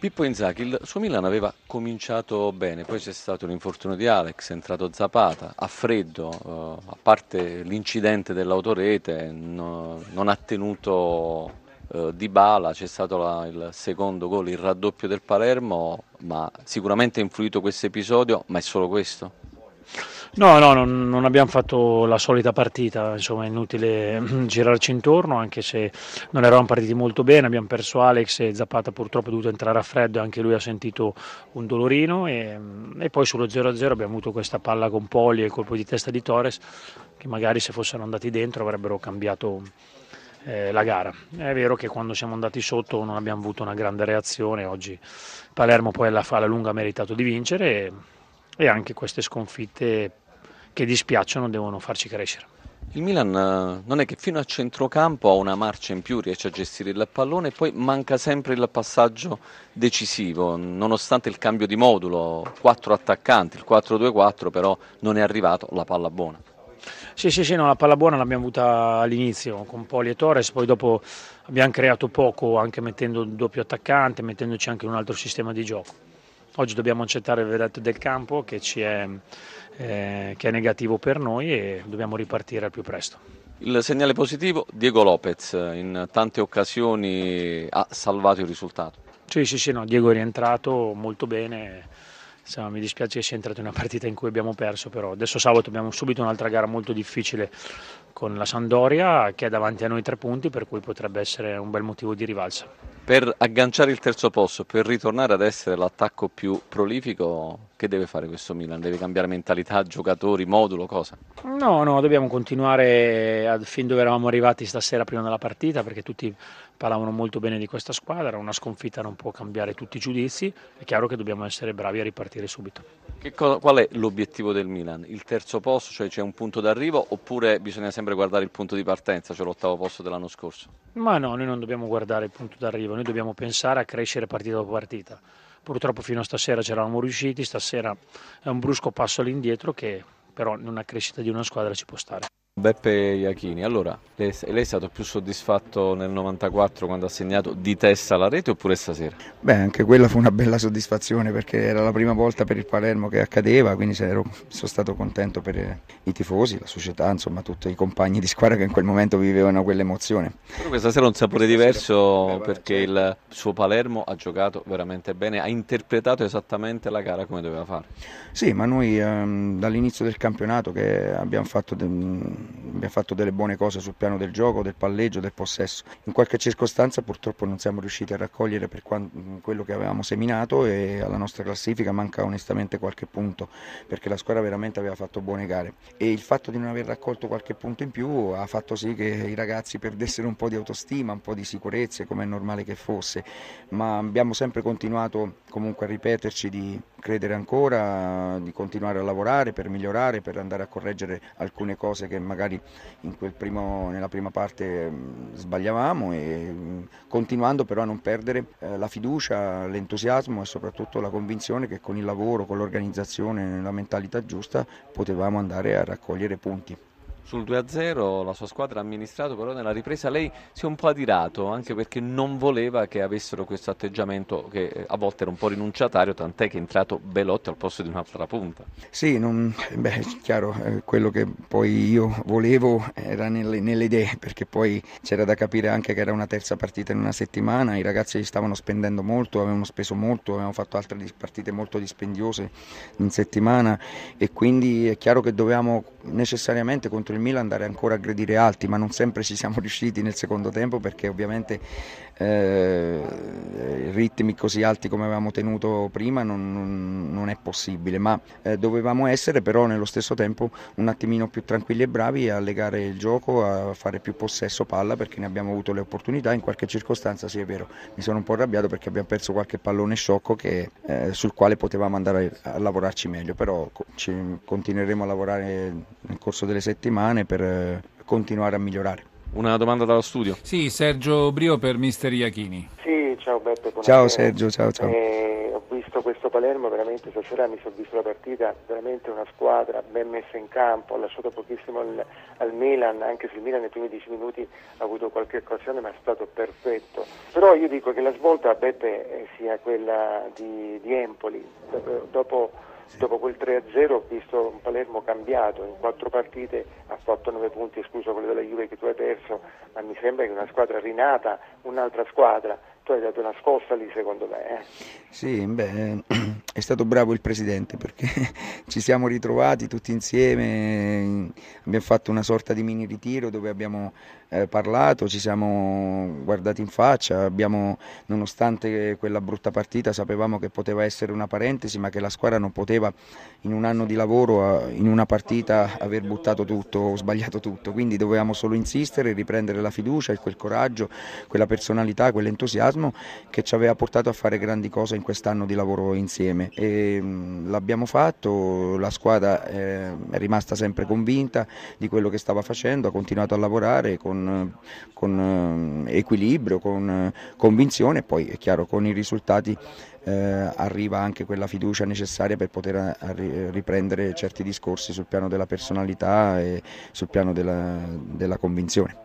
Pippo Inzaghi, il suo Milan aveva cominciato bene, poi c'è stato l'infortunio di Alex, è entrato Zapata, a freddo, a parte l'incidente dell'autorete, non ha tenuto Dybala, c'è stato il secondo gol, il raddoppio del Palermo, ma sicuramente ha influito questo episodio, ma è solo questo? No, no, non abbiamo fatto la solita partita, insomma è inutile girarci intorno, anche se non eravamo partiti molto bene, abbiamo perso Alex e Zapata purtroppo è dovuto entrare a freddo e anche lui ha sentito un dolorino e poi sullo 0-0 abbiamo avuto questa palla con Poli e il colpo di testa di Torres che magari se fossero andati dentro avrebbero cambiato la gara. È vero che quando siamo andati sotto non abbiamo avuto una grande reazione, oggi Palermo poi alla lunga ha meritato di vincere e anche queste sconfitte che dispiacciono devono farci crescere. Il Milan non è che fino a centrocampo ha una marcia in più, riesce a gestire il pallone e poi manca sempre il passaggio decisivo, nonostante il cambio di modulo, 4 attaccanti, il 4-2-4 però non è arrivato la palla buona. Sì, no, la palla buona l'abbiamo avuta all'inizio con Poli e Torres, poi dopo abbiamo creato poco anche mettendo il doppio attaccante, mettendoci anche in un altro sistema di gioco. Oggi dobbiamo accettare il vedetto del campo che è negativo per noi e dobbiamo ripartire al più presto. Il segnale positivo, Diego Lopez in tante occasioni ha salvato il risultato. Sì, no, Diego è rientrato molto bene, insomma, mi dispiace che sia entrato in una partita in cui abbiamo perso, però adesso sabato abbiamo subito un'altra gara molto difficile con la Sampdoria che è davanti a noi 3 punti, per cui potrebbe essere un bel motivo di rivalsa. Per agganciare il terzo posto, per ritornare ad essere l'attacco più prolifico, che deve fare questo Milan? Deve cambiare mentalità, giocatori, modulo, cosa? No, dobbiamo continuare fin dove eravamo arrivati stasera prima della partita perché tutti parlavano molto bene di questa squadra, una sconfitta non può cambiare tutti i giudizi, è chiaro che dobbiamo essere bravi a ripartire subito. Qual è l'obiettivo del Milan? Il terzo posto, cioè c'è un punto d'arrivo oppure bisogna sempre guardare il punto di partenza, cioè l'8° posto dell'anno scorso? Ma no, noi non dobbiamo guardare il punto d'arrivo, noi dobbiamo pensare a crescere partita dopo partita. Purtroppo fino a stasera ci eravamo riusciti, stasera è un brusco passo all'indietro che però in una crescita di una squadra ci può stare. Beppe Iachini, allora lei è stato più soddisfatto nel 94 quando ha segnato di testa la rete oppure stasera? Beh, anche quella fu una bella soddisfazione perché era la prima volta per il Palermo che accadeva, quindi sono stato contento per i tifosi, la società, insomma tutti i compagni di squadra che in quel momento vivevano quell'emozione. Però questa sera ha un sapore diverso perché il suo Palermo ha giocato veramente bene, ha interpretato esattamente la gara come doveva fare. Sì, ma noi dall'inizio del campionato che abbiamo fatto delle buone cose sul piano del gioco, del palleggio, del possesso. In qualche circostanza purtroppo non siamo riusciti a raccogliere per quello che avevamo seminato e alla nostra classifica manca onestamente qualche punto perché la squadra veramente aveva fatto buone gare e il fatto di non aver raccolto qualche punto in più ha fatto sì che i ragazzi perdessero un po' di autostima, un po' di sicurezze come è normale che fosse, ma abbiamo sempre continuato comunque a ripeterci di credere ancora, di continuare a lavorare per migliorare, per andare a correggere alcune cose che magari nella prima parte sbagliavamo e continuando però a non perdere la fiducia, l'entusiasmo e soprattutto la convinzione che con il lavoro, con l'organizzazione, la mentalità giusta potevamo andare a raccogliere punti. Sul 2-0 la sua squadra ha amministrato, però nella ripresa lei si è un po' adirato, anche perché non voleva che avessero questo atteggiamento che a volte era un po' rinunciatario, tant'è che è entrato Belotti al posto di un'altra punta. Sì, chiaro, quello che poi io volevo era nelle idee, perché poi c'era da capire anche che era una terza partita in una settimana, i ragazzi stavano spendendo molto, avevano speso molto, avevamo fatto altre partite molto dispendiose in settimana e quindi è chiaro che dovevamo necessariamente contro il Milan andare ancora a aggredire alti, ma non sempre ci siamo riusciti nel secondo tempo perché ovviamente ritmi così alti come avevamo tenuto prima non è possibile, ma dovevamo essere però nello stesso tempo un attimino più tranquilli e bravi a legare il gioco, a fare più possesso palla perché ne abbiamo avuto le opportunità, in qualche circostanza sì è vero, mi sono un po' arrabbiato perché abbiamo perso qualche pallone sciocco sul quale potevamo andare a lavorarci meglio, però continueremo a lavorare nel corso delle settimane per continuare a migliorare. Una domanda dallo studio. Sì, Sergio Brio per Mister Iachini. Sì, ciao Beppe. Ciao Sergio, ciao. Ho visto visto questo Palermo veramente stasera, mi sono visto la partita, veramente una squadra ben messa in campo, ha lasciato pochissimo al Milan, anche se il Milan nei primi 10 minuti ha avuto qualche occasione, ma è stato perfetto. Però io dico che la svolta, Beppe, sia quella di Empoli. Dopo quel 3-0 ho visto un Palermo cambiato, in 4 partite ha fatto 9 punti, escluso quello della Juve che tu hai perso, ma mi sembra che una squadra rinata, un'altra squadra. Tu hai dato una scossa lì, secondo me. Sì, è stato bravo il presidente, perché ci siamo ritrovati tutti insieme, abbiamo fatto una sorta di mini ritiro dove abbiamo parlato, ci siamo guardati in faccia, nonostante quella brutta partita, sapevamo che poteva essere una parentesi, ma che la squadra non poteva in un anno di lavoro, in una partita, aver buttato tutto o sbagliato tutto, quindi dovevamo solo insistere, riprendere la fiducia, quel coraggio, quella personalità, quell'entusiasmo che ci aveva portato a fare grandi cose in quest'anno di lavoro insieme, e l'abbiamo fatto. La squadra è rimasta sempre convinta di quello che stava facendo, ha continuato a lavorare con equilibrio, con convinzione, e poi è chiaro, con i risultati arriva anche quella fiducia necessaria per poter riprendere certi discorsi sul piano della personalità e sul piano della convinzione.